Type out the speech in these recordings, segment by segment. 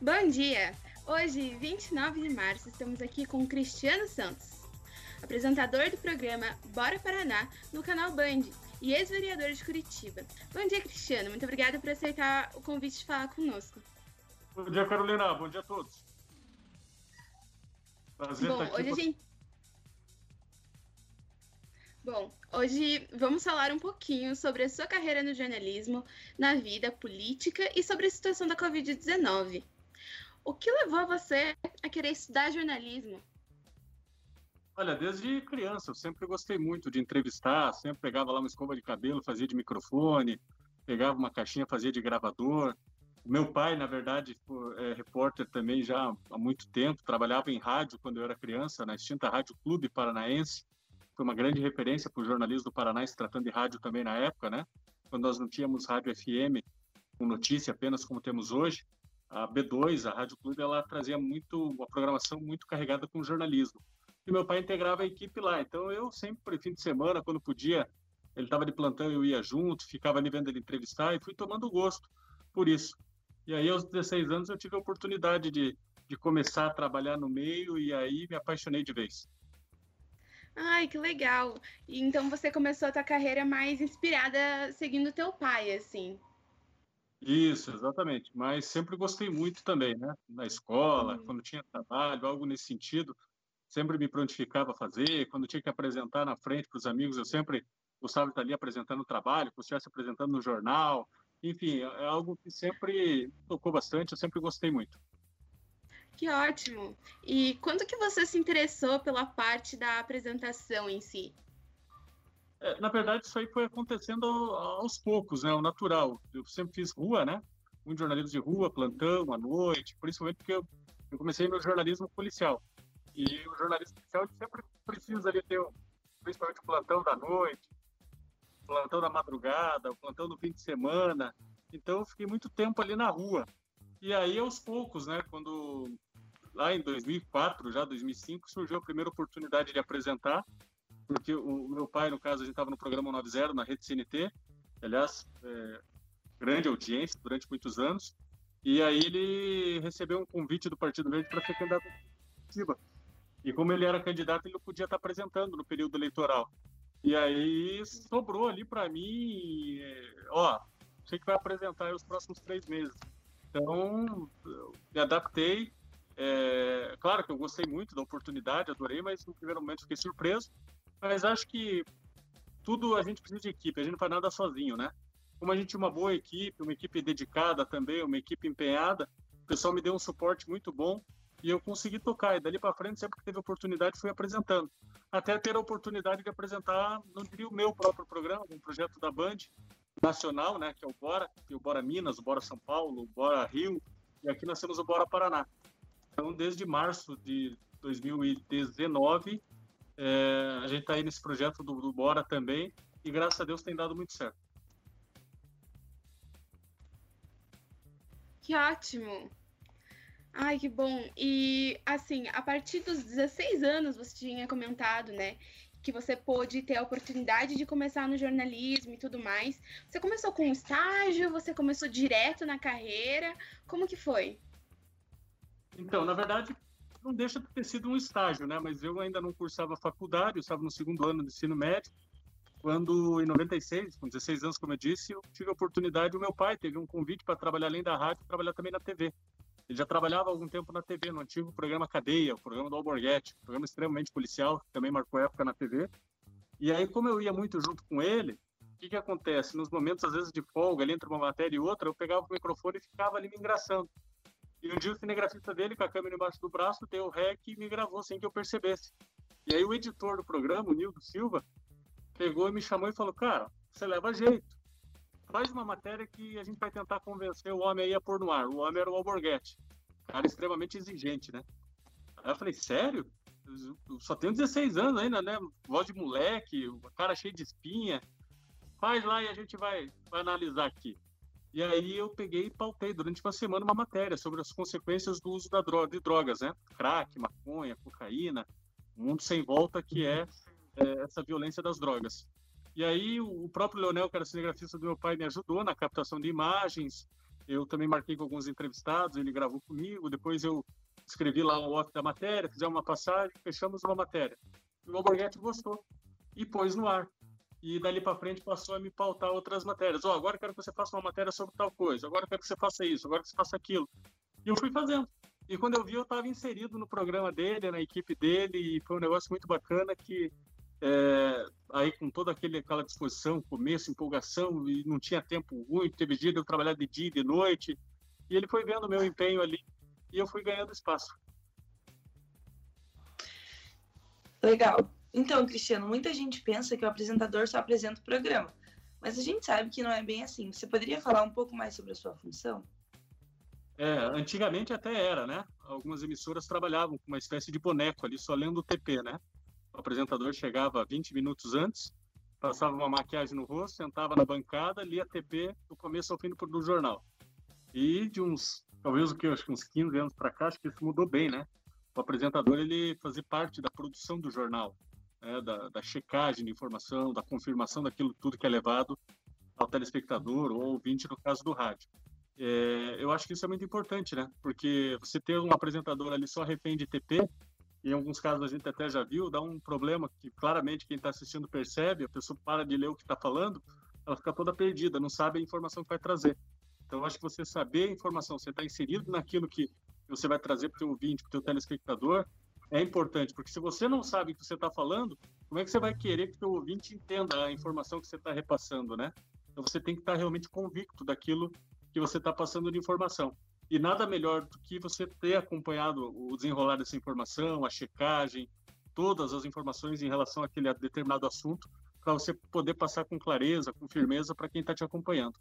Bom dia! Hoje, 29 de março, estamos aqui com o Cristiano Santos, apresentador do programa Bora Paraná no canal Band e ex-vereador de Curitiba. Bom dia, Cristiano. Muito obrigada por aceitar o convite de falar conosco. Bom dia, Carolina. Bom dia a todos. Prazer estar aqui. Hoje vamos falar um pouquinho sobre a sua carreira no jornalismo, na vida política e sobre a situação da Covid-19. O que levou você a querer estudar jornalismo? Olha, desde criança eu sempre gostei muito de entrevistar, sempre pegava lá uma escova de cabelo, fazia de microfone, pegava uma caixinha, fazia de gravador. O meu pai, na verdade, é repórter também já há muito tempo, trabalhava em rádio quando eu era criança, na extinta Rádio Clube Paranaense. Foi uma grande referência para o jornalismo do Paraná, se tratando de rádio também na época, né? Quando nós não tínhamos rádio FM com notícia apenas como temos hoje, a B2, a Rádio Clube, ela trazia uma programação muito carregada com jornalismo. E meu pai integrava a equipe lá, então eu sempre, fim de semana, quando podia, ele estava de plantão, eu ia junto, ficava ali vendo ele entrevistar e fui tomando gosto por isso. E aí, aos 16 anos, eu tive a oportunidade de começar a trabalhar no meio e aí me apaixonei de vez. Ai, que legal! E então você começou a tua carreira mais inspirada seguindo teu pai, assim. Isso, exatamente. Mas sempre gostei muito também, né? Na escola, quando tinha trabalho, algo nesse sentido, sempre me prontificava a fazer. Quando tinha que apresentar na frente para os amigos, eu sempre gostava de estar ali apresentando o trabalho, como se estivesse apresentando no jornal. Enfim, é algo que sempre me tocou bastante, eu sempre gostei muito. Que ótimo! E quando que você se interessou pela parte da apresentação em si? Na verdade, isso aí foi acontecendo aos poucos, né? O natural. Eu sempre fiz rua, né? Muito jornalismo de rua, plantão, à noite, principalmente porque eu comecei no jornalismo policial. E o jornalismo policial sempre precisa ali ter, principalmente o plantão da noite, o plantão da madrugada, o plantão do fim de semana. Então, eu fiquei muito tempo ali na rua. E aí, aos poucos, né? Quando lá em 2004, já 2005, surgiu a primeira oportunidade de apresentar, porque o meu pai, no caso, a gente estava no programa 90, na Rede CNT, aliás, grande audiência durante muitos anos, e aí ele recebeu um convite do Partido Verde para ser candidato a Curitiba. E como ele era candidato, ele não podia estar apresentando no período eleitoral. E aí sobrou ali para mim, você que vai apresentar os próximos 3 meses. Então, eu me adaptei. Claro que eu gostei muito da oportunidade, adorei, mas no primeiro momento fiquei surpreso. Mas acho que tudo a gente precisa de equipe, a gente não faz nada sozinho, né? Como a gente tinha uma boa equipe, uma equipe dedicada também, uma equipe empenhada, o pessoal me deu um suporte muito bom e eu consegui tocar. E dali para frente, sempre que teve oportunidade, fui apresentando. Até ter a oportunidade de apresentar, não diria o meu próprio programa, um projeto da Band nacional, né? Que é o Bora, tem o Bora Minas, o Bora São Paulo, o Bora Rio, e aqui nós temos o Bora Paraná. Então, desde março de 2019, a gente está aí nesse projeto do Bora também e graças a Deus tem dado muito certo. Que ótimo! Ai, que bom! E, assim, a partir dos 16 anos, você tinha comentado, né, que você pôde ter a oportunidade de começar no jornalismo e tudo mais. Você começou com um estágio? Você começou direto na carreira? Como que foi? Então, na verdade, não deixa de ter sido um estágio, né? Mas eu ainda não cursava faculdade, eu estava no segundo ano do ensino médio, quando, em 96, com 16 anos, como eu disse, eu tive a oportunidade, o meu pai teve um convite para trabalhar além da rádio, trabalhar também na TV. Ele já trabalhava há algum tempo na TV, no antigo programa Cadeia, o programa do Alborguete, um programa extremamente policial, que também marcou época na TV. E aí, como eu ia muito junto com ele, o que acontece? Nos momentos, às vezes, de folga, ali entre uma matéria e outra, eu pegava o microfone e ficava ali me engraçando. E um dia o cinegrafista dele, com a câmera embaixo do braço, deu o rec e me gravou sem que eu percebesse. E aí o editor do programa, o Nildo Silva, pegou e me chamou e falou: cara, você leva jeito. Faz uma matéria que a gente vai tentar convencer o homem aí a pôr no ar. O homem era o Alborguete. Cara extremamente exigente, né? Aí eu falei: sério? Eu só tenho 16 anos ainda, né? Voz de moleque, cara cheio de espinha. Faz lá e a gente vai analisar aqui. E aí eu peguei e pautei durante uma semana uma matéria sobre as consequências do uso de drogas, né? Crack, maconha, cocaína, um mundo sem volta que é essa violência das drogas. E aí o próprio Leonel, que era cinegrafista do meu pai, me ajudou na captação de imagens, eu também marquei com alguns entrevistados, ele gravou comigo, depois eu escrevi lá o off da matéria, fizemos uma passagem, fechamos uma matéria. O Alborguete gostou e pôs no ar. E dali para frente passou a me pautar outras matérias. Agora eu quero que você faça uma matéria sobre tal coisa, agora eu quero que você faça isso, agora que você faça aquilo. E eu fui fazendo. E quando eu vi, eu estava inserido no programa dele, na equipe dele, e foi um negócio muito bacana que, aí com toda aquela disposição, começo, empolgação, e não tinha tempo ruim, teve dia de eu trabalhar de dia e de noite, e ele foi vendo o meu empenho ali, e eu fui ganhando espaço. Legal. Então, Cristiano, muita gente pensa que o apresentador só apresenta o programa, mas a gente sabe que não é bem assim. Você poderia falar um pouco mais sobre a sua função? Antigamente até era, né? Algumas emissoras trabalhavam com uma espécie de boneco ali, só lendo o TP, né? O apresentador chegava 20 minutos antes, passava uma maquiagem no rosto, sentava na bancada, lia TP do começo ao fim do jornal. E de talvez acho que uns 15 anos para cá, acho que isso mudou bem, né? O apresentador, ele fazia parte da produção do jornal, né? Da checagem de informação, da confirmação daquilo tudo que é levado ao telespectador ou ouvinte, no caso do rádio. Eu acho que isso é muito importante, né? Porque você ter um apresentador ali só refém de TP, e em alguns casos a gente até já viu, dá um problema que claramente quem está assistindo percebe, a pessoa para de ler o que está falando, ela fica toda perdida, não sabe a informação que vai trazer. Então, eu acho que você saber a informação, você está inserido naquilo que você vai trazer para o teu ouvinte, para o teu telespectador, é importante, porque se você não sabe o que você está falando, como é que você vai querer que o teu ouvinte entenda a informação que você está repassando, né? Então, você tem que estar realmente convicto daquilo que você está passando de informação. E nada melhor do que você ter acompanhado o desenrolar dessa informação, a checagem, todas as informações em relação àquele determinado assunto, para você poder passar com clareza, com firmeza para quem está te acompanhando.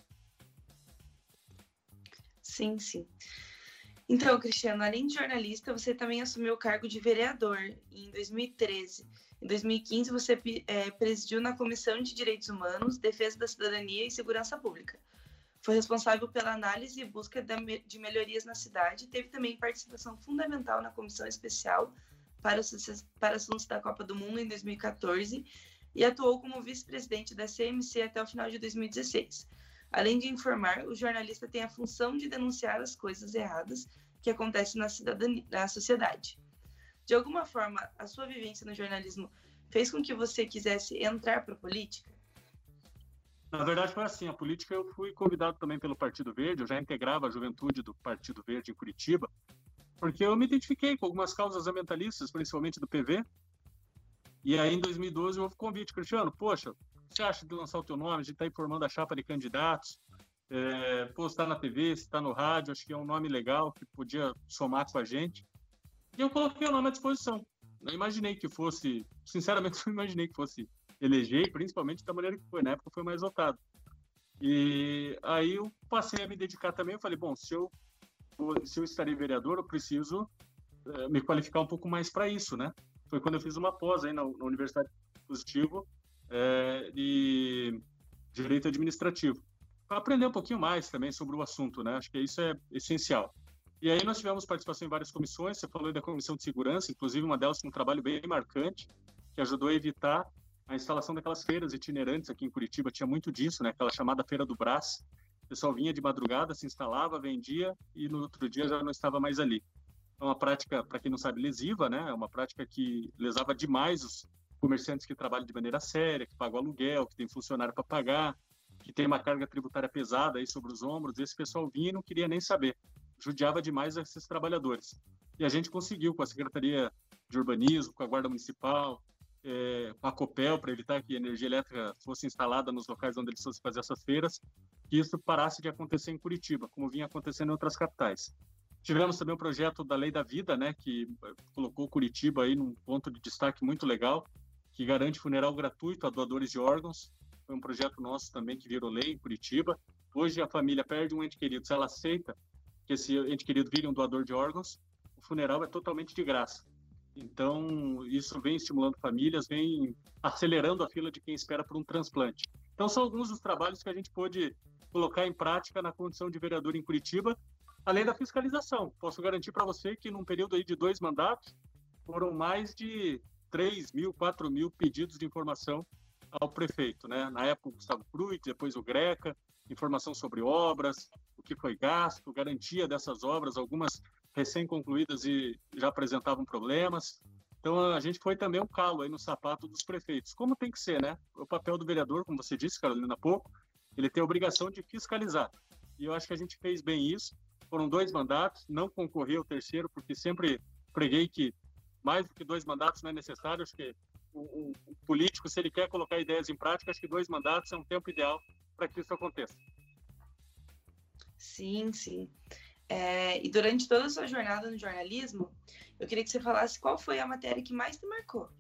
Sim, sim. Então, Cristiano, além de jornalista, você também assumiu o cargo de vereador em 2013. Em 2015, você presidiu na Comissão de Direitos Humanos, Defesa da Cidadania e Segurança Pública. Foi responsável pela análise e busca de melhorias na cidade e teve também participação fundamental na Comissão Especial para Assuntos da Copa do Mundo em 2014 e atuou como vice-presidente da CMC até o final de 2016. Além de informar, o jornalista tem a função de denunciar as coisas erradas que acontecem na sociedade. De alguma forma, a sua vivência no jornalismo fez com que você quisesse entrar para a política? Na verdade, foi assim, a política eu fui convidado também pelo Partido Verde, eu já integrava a juventude do Partido Verde em Curitiba, porque eu me identifiquei com algumas causas ambientalistas, principalmente do PV, e aí em 2012 houve convite, Cristiano, poxa, você acha de lançar o teu nome, a gente está aí formando a chapa de candidatos, você está na TV, você está no rádio, acho que é um nome legal, que podia somar com a gente, e eu coloquei o nome à disposição. Não imaginei que fosse, sinceramente, não imaginei que fosse eleger, principalmente da maneira que foi, na época foi mais votado. E aí eu passei a me dedicar também, eu falei, bom, se eu estarei vereador, eu preciso me qualificar um pouco mais para isso, né? Foi quando eu fiz uma pós aí na Universidade Positivo de Direito Administrativo, para aprender um pouquinho mais também sobre o assunto, né? Acho que isso é essencial. E aí nós tivemos participação em várias comissões, você falou da Comissão de Segurança, inclusive uma delas com um trabalho bem marcante, que ajudou a evitar a instalação daquelas feiras itinerantes aqui em Curitiba, tinha muito disso, né? Aquela chamada Feira do Brás. O pessoal vinha de madrugada, se instalava, vendia e no outro dia já não estava mais ali. É uma prática, para quem não sabe, lesiva, né? É uma prática que lesava demais os comerciantes que trabalham de maneira séria, que pagam aluguel, que tem funcionário para pagar, que tem uma carga tributária pesada aí sobre os ombros. Esse pessoal vinha e não queria nem saber. Judiava demais esses trabalhadores. E a gente conseguiu, com a Secretaria de Urbanismo, com a Guarda Municipal, com a Copel, para evitar que a energia elétrica fosse instalada nos locais onde eles fossem fazer essas feiras, que isso parasse de acontecer em Curitiba, como vinha acontecendo em outras capitais. Tivemos também o projeto da Lei da Vida, né, que colocou Curitiba aí num ponto de destaque muito legal, que garante funeral gratuito a doadores de órgãos. Foi um projeto nosso também que virou lei em Curitiba. Hoje a família perde um ente querido, se ela aceita que esse ente querido vire um doador de órgãos, o funeral é totalmente de graça. Então, isso vem estimulando famílias, vem acelerando a fila de quem espera por um transplante. Então, são alguns dos trabalhos que a gente pôde colocar em prática na condição de vereador em Curitiba, além da fiscalização. Posso garantir para você que, num período aí de 2 mandatos, foram mais de 3 mil, 4 mil pedidos de informação ao prefeito, né? Na época, o Gustavo Cruz, depois o Greca, informação sobre obras, o que foi gasto, garantia dessas obras, algumas recém-concluídas e já apresentavam problemas. Então, a gente foi também um calo aí no sapato dos prefeitos, como tem que ser, né? O papel do vereador, como você disse, Carolina, há pouco, ele tem a obrigação de fiscalizar. E eu acho que a gente fez bem isso. Foram 2 mandatos, não concorri ao terceiro, porque sempre preguei que mais do que 2 mandatos não é necessário. Acho que o político, se ele quer colocar ideias em prática, acho que 2 mandatos é um tempo ideal para que isso aconteça. Sim, sim. E durante toda a sua jornada no jornalismo, eu queria que você falasse qual foi a matéria que mais te marcou.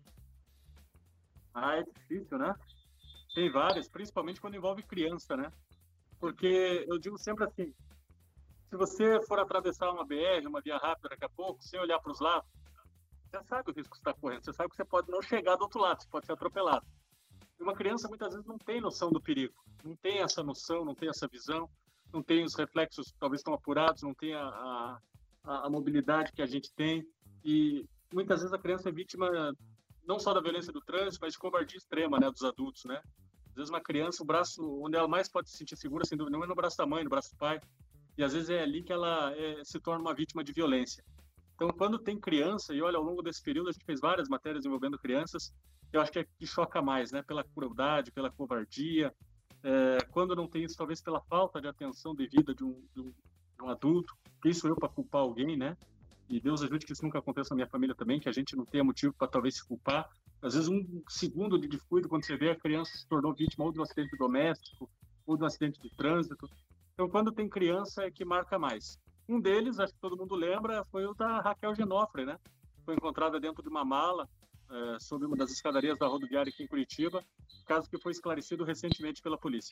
É difícil, né? Tem várias, principalmente quando envolve criança, né? Porque eu digo sempre assim, se você for atravessar uma BR, uma via rápida daqui a pouco, sem olhar para os lados, você sabe o risco que você está correndo, você sabe que você pode não chegar do outro lado, você pode ser atropelado. E uma criança muitas vezes não tem noção do perigo, não tem essa noção, não tem essa visão, não tem os reflexos talvez tão apurados, não tem a mobilidade que a gente tem. E muitas vezes a criança é vítima não só da violência do trânsito, mas de covardia extrema, né, dos adultos, né? Às vezes uma criança, o braço onde ela mais pode se sentir segura, sem dúvida, não é no braço da mãe, no braço do pai, e às vezes é ali que ela se torna uma vítima de violência. Então, quando tem criança, e olha, ao longo desse período a gente fez várias matérias envolvendo crianças, eu acho que é que choca mais, né, pela crueldade, pela covardia, quando não tem isso, talvez pela falta de atenção devida de um adulto. Quem sou eu para culpar alguém, né? E Deus ajude que isso nunca aconteça na minha família também, que a gente não tenha motivo para talvez se culpar. Às vezes um segundo de descuido, quando você vê, a criança se tornou vítima ou de um acidente doméstico ou de um acidente de trânsito. Então, quando tem criança, é que marca mais. Um deles, acho que todo mundo lembra, foi o da Raquel Genofre, né? Foi encontrada dentro de uma mala, sob uma das escadarias da rodoviária aqui em Curitiba, caso que foi esclarecido recentemente pela polícia.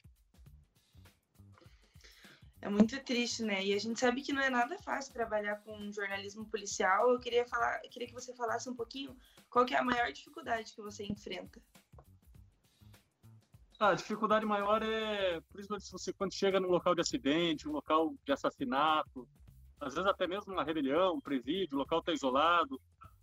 É muito triste, né? E a gente sabe que não é nada fácil trabalhar com jornalismo policial. Eu queria que você falasse um pouquinho qual que é a maior dificuldade que você enfrenta. A dificuldade maior é, principalmente você quando chega num local de acidente, um local de assassinato, às vezes até mesmo uma rebelião, um presídio, o local está isolado,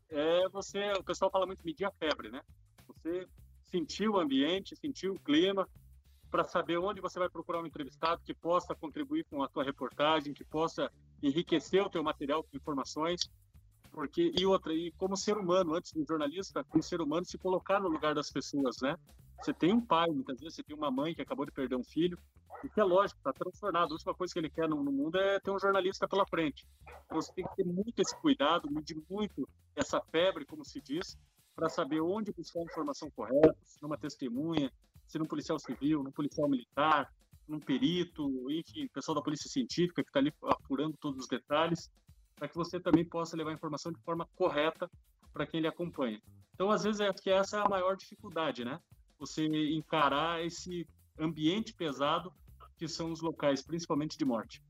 o pessoal fala muito medir a febre, né? Você sentir o ambiente, sentir o clima, para saber onde você vai procurar um entrevistado que possa contribuir com a tua reportagem, que possa enriquecer o teu material com informações, e como ser humano, antes de jornalista, como ser humano, se colocar no lugar das pessoas, né? Você tem um pai, muitas vezes você tem uma mãe que acabou de perder um filho, e que é lógico, está transtornado. A última coisa que ele quer no mundo é ter um jornalista pela frente. Então você tem que ter muito esse cuidado, medir muito essa febre, como se diz, para saber onde buscar a informação correta, se numa testemunha, se num policial civil, num policial militar, num perito, enfim, pessoal da polícia científica que está ali apurando todos os detalhes, para que você também possa levar a informação de forma correta para quem lhe acompanha. Então, às vezes, que essa é a maior dificuldade, né? Você encarar esse ambiente pesado que são os locais, principalmente de morte.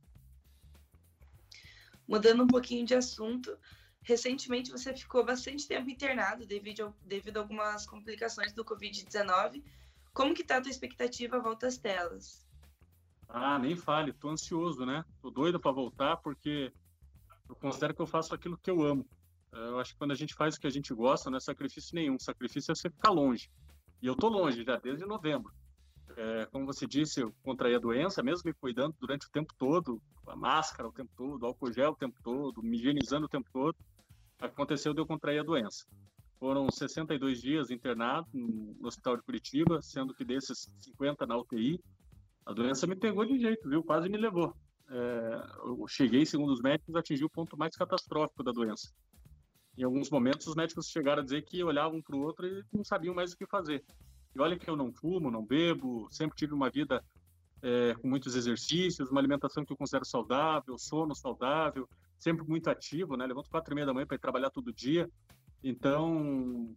Mudando um pouquinho de assunto, recentemente você ficou bastante tempo internado devido a algumas complicações do Covid-19. Como que tá a tua expectativa à volta às telas? Nem fale, tô ansioso, né? Tô doido para voltar porque eu considero que eu faço aquilo que eu amo. Eu acho que quando a gente faz o que a gente gosta, não é sacrifício nenhum. Sacrifício é você ficar longe. E eu tô longe já desde novembro. Como você disse, eu contraí a doença, mesmo me cuidando durante o tempo todo, a máscara o tempo todo, álcool gel o tempo todo, me higienizando o tempo todo. Aconteceu de eu contrair a doença. Foram 62 dias internado no hospital de Curitiba, sendo que desses 50 na UTI. A doença me pegou de jeito, viu? Quase me levou. Eu cheguei, segundo os médicos, atingi o ponto mais catastrófico da doença. Em alguns momentos, os médicos chegaram a dizer que olhavam um para o outro e não sabiam mais o que fazer. E olha que eu não fumo, não bebo, sempre tive uma vida com muitos exercícios, uma alimentação que eu considero saudável, sono saudável, sempre muito ativo, né? Levanto 4h30 da manhã para ir trabalhar todo dia. Então,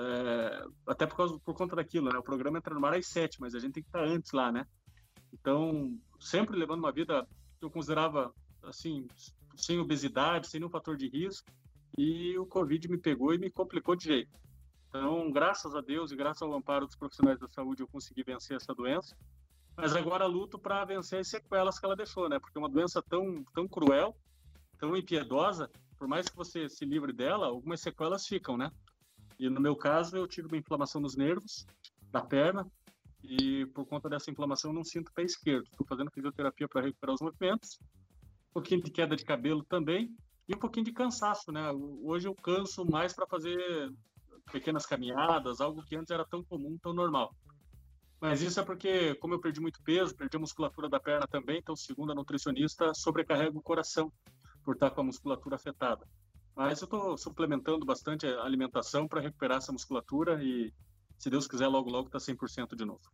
até por conta daquilo, né? O programa entra no ar às 7, mas a gente tem que estar antes lá, né? Então, sempre levando uma vida que eu considerava, assim, sem obesidade, sem nenhum fator de risco, e o Covid me pegou e me complicou de jeito. Então, graças a Deus e graças ao amparo dos profissionais da saúde, eu consegui vencer essa doença. Mas agora luto para vencer as sequelas que ela deixou, né? Porque é uma doença tão cruel, tão impiedosa, por mais que você se livre dela, algumas sequelas ficam, né? E no meu caso, eu tive uma inflamação nos nervos da perna e por conta dessa inflamação não sinto o pé esquerdo. Estou fazendo fisioterapia para recuperar os movimentos, um pouquinho de queda de cabelo também e um pouquinho de cansaço, né? Hoje eu canso mais para fazer pequenas caminhadas, algo que antes era tão comum, tão normal. Mas isso é porque, como eu perdi muito peso, perdi a musculatura da perna também, então, segundo a nutricionista, sobrecarrega o coração por estar com a musculatura afetada. Mas eu estou suplementando bastante a alimentação para recuperar essa musculatura e, se Deus quiser, logo, logo está 100% de novo.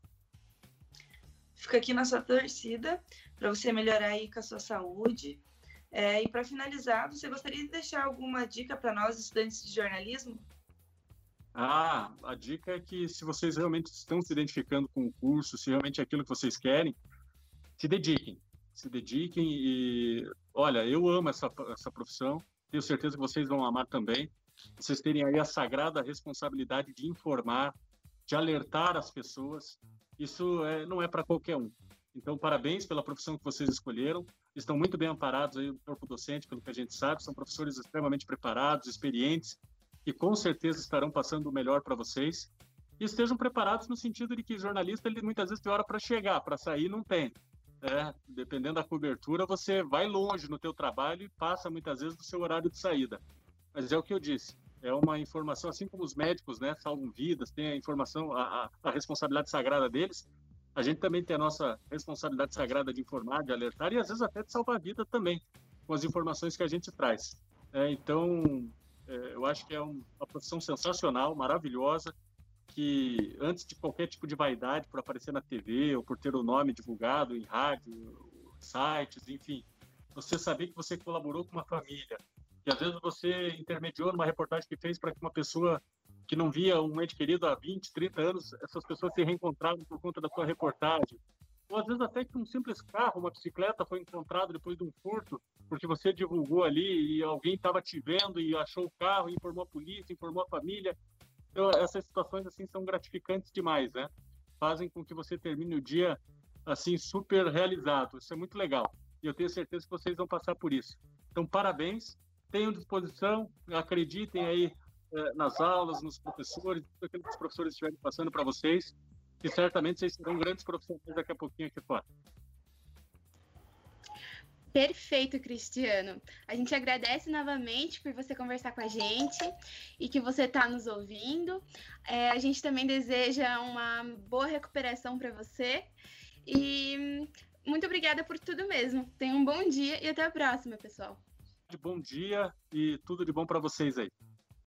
Fica aqui nossa torcida para você melhorar aí com a sua saúde. E para finalizar, você gostaria de deixar alguma dica para nós, estudantes de jornalismo? A dica é que, se vocês realmente estão se identificando com o curso, se realmente é aquilo que vocês querem, se dediquem. Se dediquem e, olha, eu amo essa profissão, tenho certeza que vocês vão amar também. Vocês terem aí a sagrada responsabilidade de informar, de alertar as pessoas. Isso não é para qualquer um. Então, parabéns pela profissão que vocês escolheram. Estão muito bem amparados aí, o corpo docente, pelo que a gente sabe. São professores extremamente preparados, experientes, que com certeza estarão passando o melhor para vocês. E estejam preparados no sentido de que jornalista, ele muitas vezes tem hora para chegar, para sair não tem. Dependendo da cobertura, você vai longe no teu trabalho e passa muitas vezes do seu horário de saída. Mas é o que eu disse, é uma informação, assim como os médicos, né, salvam vidas, tem a informação, a responsabilidade sagrada deles, a gente também tem a nossa responsabilidade sagrada de informar, de alertar e às vezes até de salvar a vida também, com as informações que a gente traz. Então, eu acho que é uma profissão sensacional, maravilhosa, que antes de qualquer tipo de vaidade por aparecer na TV ou por ter o nome divulgado em rádio, sites, enfim, você saber que você colaborou com uma família, que às vezes você intermediou numa reportagem que fez para que uma pessoa que não via um ente querido há 20, 30 anos, essas pessoas se reencontraram por conta da sua reportagem. Ou às vezes até que um simples carro, uma bicicleta foi encontrado depois de um furto, porque você divulgou ali e alguém estava te vendo e achou o carro, informou a polícia, informou a família. Então, essas situações assim são gratificantes demais, né? Fazem com que você termine o dia assim super realizado. Isso é muito legal. E eu tenho certeza que vocês vão passar por isso. Então, parabéns. Tenham disposição, acreditem aí nas aulas, nos professores, tudo aquilo que os professores estiverem passando para vocês, que certamente vocês serão grandes profissionais daqui a pouquinho aqui fora. Perfeito, Cristiano. A gente agradece novamente por você conversar com a gente e que você está nos ouvindo. A gente também deseja uma boa recuperação para você. E muito obrigada por tudo mesmo. Tenha um bom dia e até a próxima, pessoal. Bom dia e tudo de bom para vocês aí.